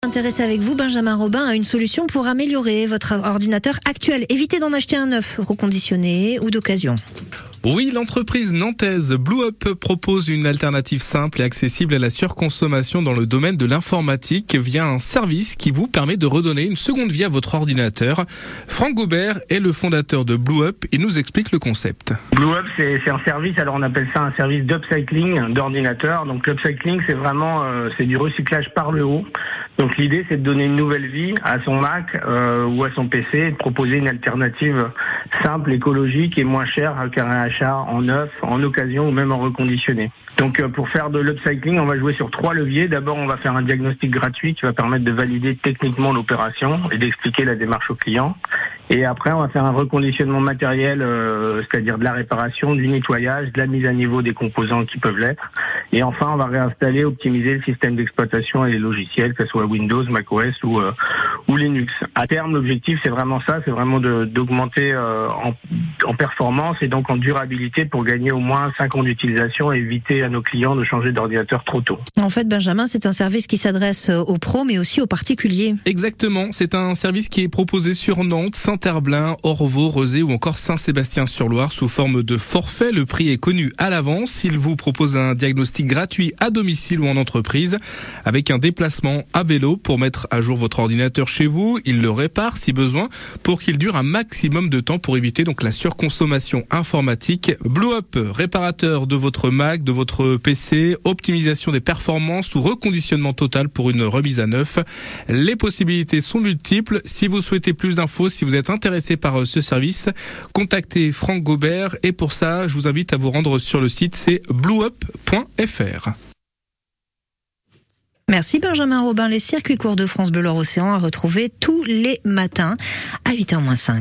Intéressé avec vous, Benjamin Robin, à une solution pour améliorer votre ordinateur actuel. Évitez d'en acheter un neuf, reconditionné ou d'occasion. Oui, l'entreprise nantaise BlueUp propose une alternative simple et accessible à la surconsommation dans le domaine de l'informatique via un service qui vous permet de redonner une seconde vie à votre ordinateur. Franck Gobert est le fondateur de BlueUp et nous explique le concept. BlueUp, c'est un service, alors on appelle ça un service d'upcycling d'ordinateur. Donc l'upcycling, c'est vraiment c'est du recyclage par le haut. Donc l'idée, c'est de donner une nouvelle vie à son Mac ou à son PC et de proposer une alternative simple, écologique et moins chère qu'un achat en neuf, en occasion ou même en reconditionné. Donc pour faire de l'upcycling, on va jouer sur 3 leviers. D'abord, on va faire un diagnostic gratuit qui va permettre de valider techniquement l'opération et d'expliquer la démarche au client. Et après, on va faire un reconditionnement matériel, c'est-à-dire de la réparation, du nettoyage, de la mise à niveau des composants qui peuvent l'être. Et enfin, on va réinstaller, optimiser le système d'exploitation et les logiciels, que ce soit Windows, macOS ou Linux. À terme, l'objectif, c'est vraiment ça, c'est vraiment d'augmenter en performance et donc en durabilité pour gagner au moins 5 ans d'utilisation et éviter à nos clients de changer d'ordinateur trop tôt. En fait, Benjamin, c'est un service qui s'adresse aux pros, mais aussi aux particuliers. Exactement, c'est un service qui est proposé sur Nantes, Saint-Herblain, Orvaux, Rezé ou encore Saint-Sébastien-sur-Loire sous forme de forfait. Le prix est connu à l'avance. Il vous propose un diagnostic gratuit à domicile ou en entreprise avec un déplacement à vélo pour mettre à jour votre ordinateur chez vous. Il le répare si besoin pour qu'il dure un maximum de temps pour éviter donc la surconsommation informatique. BlueUp, réparateur de votre Mac, de votre PC, optimisation des performances ou reconditionnement total pour une remise à neuf. Les possibilités sont multiples. Si vous souhaitez plus d'infos, si vous êtes intéressé par ce service, contactez Franck Gobert et pour ça, je vous invite à vous rendre sur le site, c'est blueup.fr. Merci Benjamin Robin. Les circuits courts de France Bleu Océan à retrouver tous les matins à 8h moins 5.